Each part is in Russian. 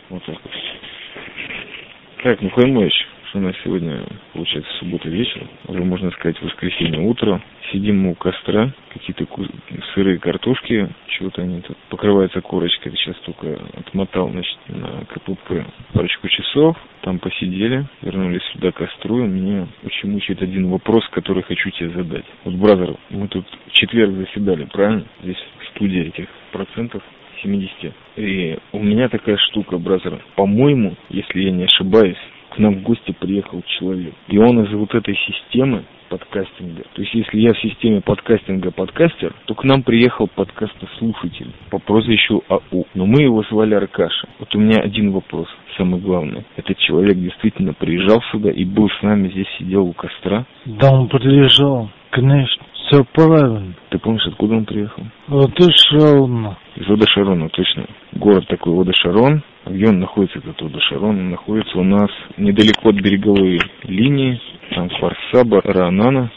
Вот так вот. Так, Михаил Ильич, что у нас сегодня, получается, суббота вечер, уже можно сказать воскресенье утро. Сидим мы у костра, какие-то сырые картошки, чего-то они тут покрываются корочкой. Сейчас только отмотал, значит, на КПП парочку часов, там посидели, вернулись сюда к костру, и меня очень мучает один вопрос, который хочу тебе задать. Вот, бразер, мы тут в четверг заседали, правильно? Здесь студия этих процентов 70. И у меня такая штука, бразер, по-моему, если я не ошибаюсь, к нам в гости приехал человек. И он из вот этой системы подкастинга. То есть, если я в системе подкастинга подкастер, то к нам приехал подкастослушатель по прозвищу АУ. Но мы его звали Аркаша. Вот у меня один вопрос, самый главный. Этот человек действительно приезжал сюда и был с нами здесь, сидел у костра? Да, он приезжал, конечно. Все правильно. Ты помнишь, откуда он приехал? Водошарона. Из Водошарона, точно. Город такой Водошарон. Где он находится, этот Водошарон? Он находится у нас недалеко от береговой линии. Там Фарсаба, Ранана,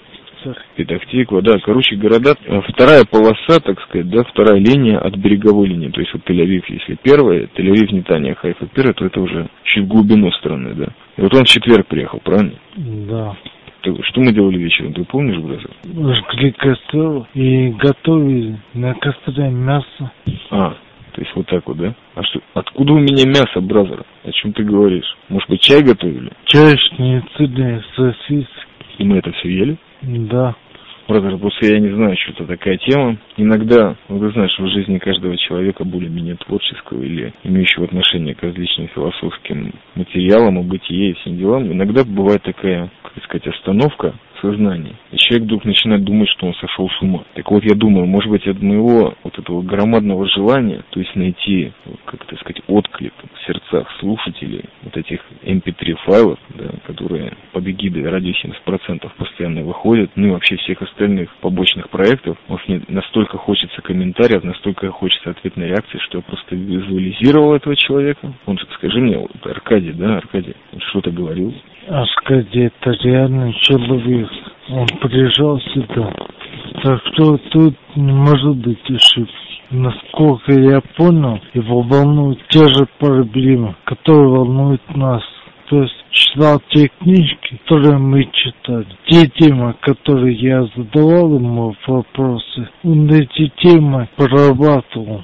Петахтиква. Да, короче, города. Вторая полоса, так сказать, да, вторая линия от береговой линии. То есть вот Тель-Авив, если первая, Тель-Авив, Нетания, Хайфа первая, то это уже чуть в глубину страны, да. И вот он в четверг приехал, правильно? Да. Что мы делали вечером, ты помнишь, бразер? Жгли костер и готовили на костре мясо. То есть вот так вот, да? А что, откуда у меня мясо, бразер? О чем ты говоришь? Может быть, чай готовили? Чай, шницели, сосиски. И мы это все ели? Да. Бразер, просто я не знаю, что это такая тема. Иногда, ты знаешь, в жизни каждого человека, более-менее творческого или имеющего отношение к различным философским материалам, бытие и всем делам, иногда бывает такая, как сказать, остановка сознания. И человек вдруг начинает думать, что он сошел с ума. Так вот, я думаю, может быть, от моего вот этого громадного желания, то есть найти, как это сказать, отклик в сердцах слушателей вот этих MP3 файлов, да, которые под эгидой радио 70% постоянно выходят, ну и вообще всех остальных побочных проектов, может, мне настолько хочется комментариев, настолько хочется ответной реакции, что я просто визуализировал этого человека. Он, скажи мне, вот, Аркадий, да, Аркадий, он что-то говорил? Аркадий, это реальный человек. Он приезжал сюда. Так что тут не может быть ошибки. Насколько я понял, его волнуют те же проблемы, которые волнуют нас. То есть читал те книжки, которые мы читали. Те темы, которые я задавал ему вопросы, он эти темы прорабатывал.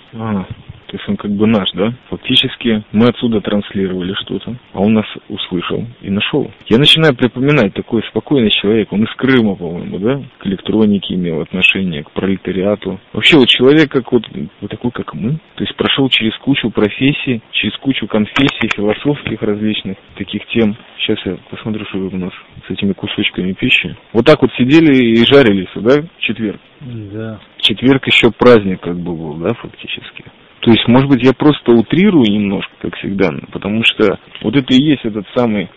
То есть он как бы наш, да? Фактически мы отсюда транслировали что-то, а он нас услышал и нашел. Я начинаю припоминать, такой спокойный человек, он из Крыма, по-моему, да? К электронике имел отношение, к пролетариату. Вообще вот человек как вот такой, как мы. То есть прошел через кучу профессий, через кучу конфессий, философских различных таких тем. Сейчас я посмотрю, что у нас с этими кусочками пищи. Вот так вот сидели и жарились, да? В четверг. Да. В четверг еще праздник как бы был, да, фактически. То есть, может быть, я просто утрирую немножко, как всегда, потому что вот это и есть этот самый,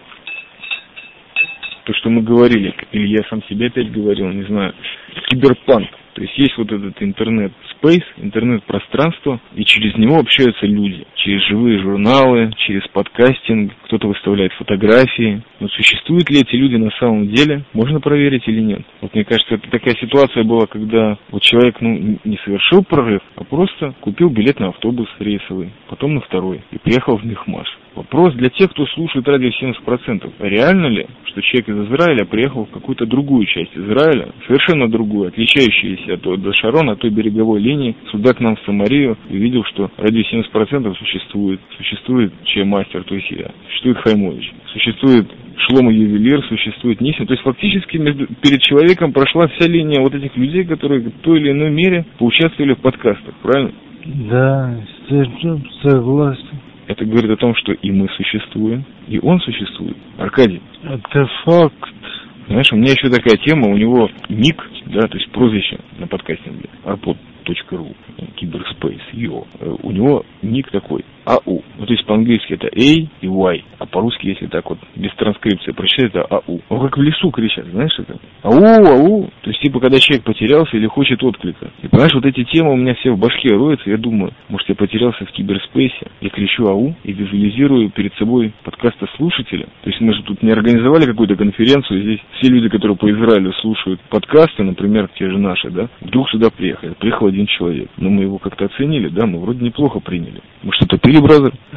то, что мы говорили, или я сам себе опять говорил, не знаю, киберпанк. То есть есть вот этот интернет-спейс, интернет-пространство, и через него общаются люди. Через живые журналы, через подкастинг, кто-то выставляет фотографии. Но существуют ли эти люди на самом деле, можно проверить или нет. Вот мне кажется, это такая ситуация была, когда вот человек, не совершил прорыв, а просто купил билет на автобус рейсовый, потом на второй, и приехал в Мехмаш. Вопрос для тех, кто слушает радио 70%. А реально ли, что человек из Израиля приехал в какую-то другую часть Израиля, совершенно другую, отличающуюся от Водошарона, от той береговой линии, сюда к нам в Самарию, и видел, что радио 70% существует. Существует Чемастер, то есть я. Существует Хаймович. Существует Шломо Ювелир, существует Нисин. То есть фактически перед человеком прошла вся линия вот этих людей, которые в той или иной мере поучаствовали в подкастах, правильно? Да, согласен. Это говорит о том, что и мы существуем, и он существует. Аркадий. Это факт. Знаешь, у меня еще такая тема, у него ник, да, то есть прозвище на подкастинге, arpod.ru, киберспейс, у него ник такой, АУ. Ну, то есть по-английски это A и Y, а по-русски, если так вот, без транскрипции прочитать, это АУ. Ну, как в лесу кричат, знаешь это? АУ, АУ. То есть, типа, когда человек потерялся или хочет отклика. И, понимаешь, вот эти темы у меня все в башке роются, я думаю, может, я потерялся в киберспейсе, я кричу АУ и визуализирую перед собой подкаста слушателя. То есть, мы же тут не организовали какую-то конференцию, здесь все люди, которые по Израилю слушают подкасты, например, те же наши, да, вдруг сюда приехали. Приехал один человек. Но мы его как-то оценили, да, мы вроде неплохо приняли. Мы что-то пили, бразер?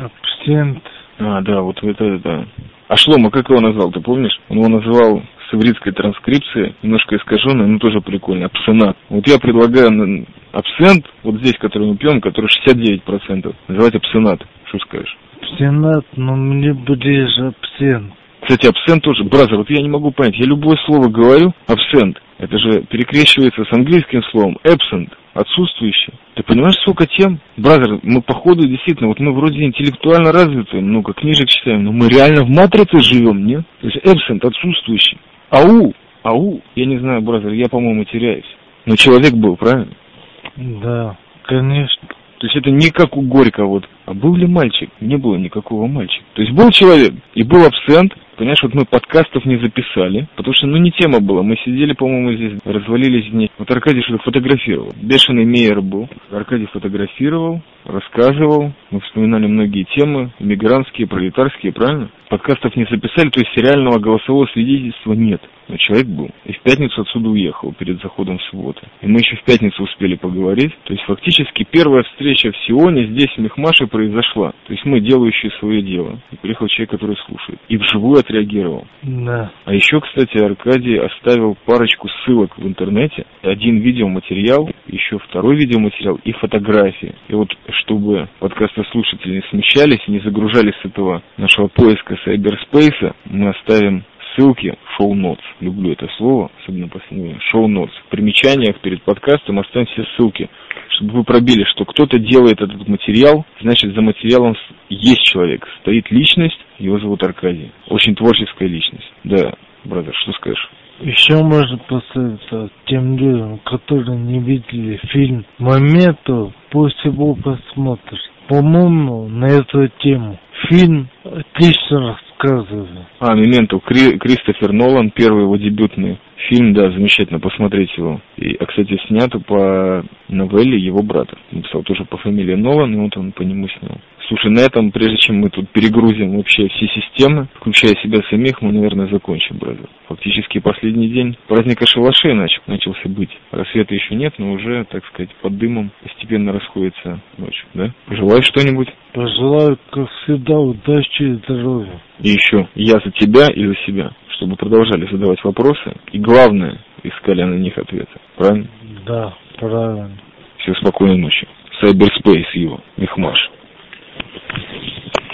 Абсент. А, да, вот это, да. А Шлома как его назвал, ты помнишь? Он его называл с ивритской транскрипции, немножко искаженной, но тоже прикольно, абсенат. Вот я предлагаю абсент, вот здесь, который мы пьем, который 69%, называть абсенат. Что скажешь? Абсенат, но мне ближе абсент. Кстати, абсент тоже, бразер, вот я не могу понять, я любое слово говорю, абсент, это же перекрещивается с английским словом absent, отсутствующий. Ты понимаешь, сколько тем? Бразер, мы походу действительно, вот мы вроде интеллектуально развиты, много книжек читаем, но мы реально в матрице живем, нет? То есть absent, отсутствующий. Ау, я не знаю, бразер, я, по-моему, теряюсь. Но человек был, правильно? Да, конечно. То есть это не как у Горького, вот. А был ли мальчик? Не было никакого мальчика. То есть был человек и был абсент. Понимаешь, вот мы подкастов не записали, потому что, не тема была. Мы сидели, по-моему, здесь, развалились вместе. Вот Аркадий что-то фотографировал. Бешеный Мейер был. Аркадий фотографировал, рассказывал. Мы вспоминали многие темы, иммигрантские, пролетарские, правильно? Подкастов не записали, то есть сериального голосового свидетельства нет. Но человек был. И в пятницу отсюда уехал перед заходом в субботу. И мы еще в пятницу успели поговорить. То есть фактически первая встреча в Сионе здесь, в Мехмаше, произошла. То есть мы, делающие свое дело. И приехал человек, который слушает. И вживую отреагировал. Да. А еще, кстати, Аркадий оставил парочку ссылок в интернете. Один видеоматериал, еще второй видеоматериал и фотографии. И вот, чтобы подкастослушатели не смущались и не загружались с этого нашего поиска сайберспейса, мы оставим ссылки в шоу-нотс. Люблю это слово, особенно последнее. Шоу-нотс. В примечаниях перед подкастом оставим все ссылки, чтобы вы пробили, что кто-то делает этот материал, значит, за материалом есть человек, стоит личность, его зовут Аркадий. Очень творческая личность. Да, бразер, что скажешь? Еще можно посоветовать тем людям, которые не видели фильм «Моменту», пусть его посмотрят. По-моему, на эту тему фильм отлично рассказывает. «Мементо», Кристофер Нолан, первый его дебютный фильм, да, замечательно, посмотреть его. Кстати, снят по новелле его брата. Написал тоже по фамилии Нолан, и вот он по нему снял. Слушай, на этом, прежде чем мы тут перегрузим вообще все системы, включая себя самих, мы, наверное, закончим, бразер. Фактически последний день праздника шалашей начался быть. Рассвета еще нет, но уже, так сказать, под дымом постепенно расходится ночь, да? Пожелаешь что-нибудь? Пожелаю, как всегда, удачи и здоровья. И еще, я за тебя и за себя, чтобы продолжали задавать вопросы, и главное, искали на них ответы. Правильно? Да, правильно. Все, спокойной ночи. Cyberspace его, Мехмаш.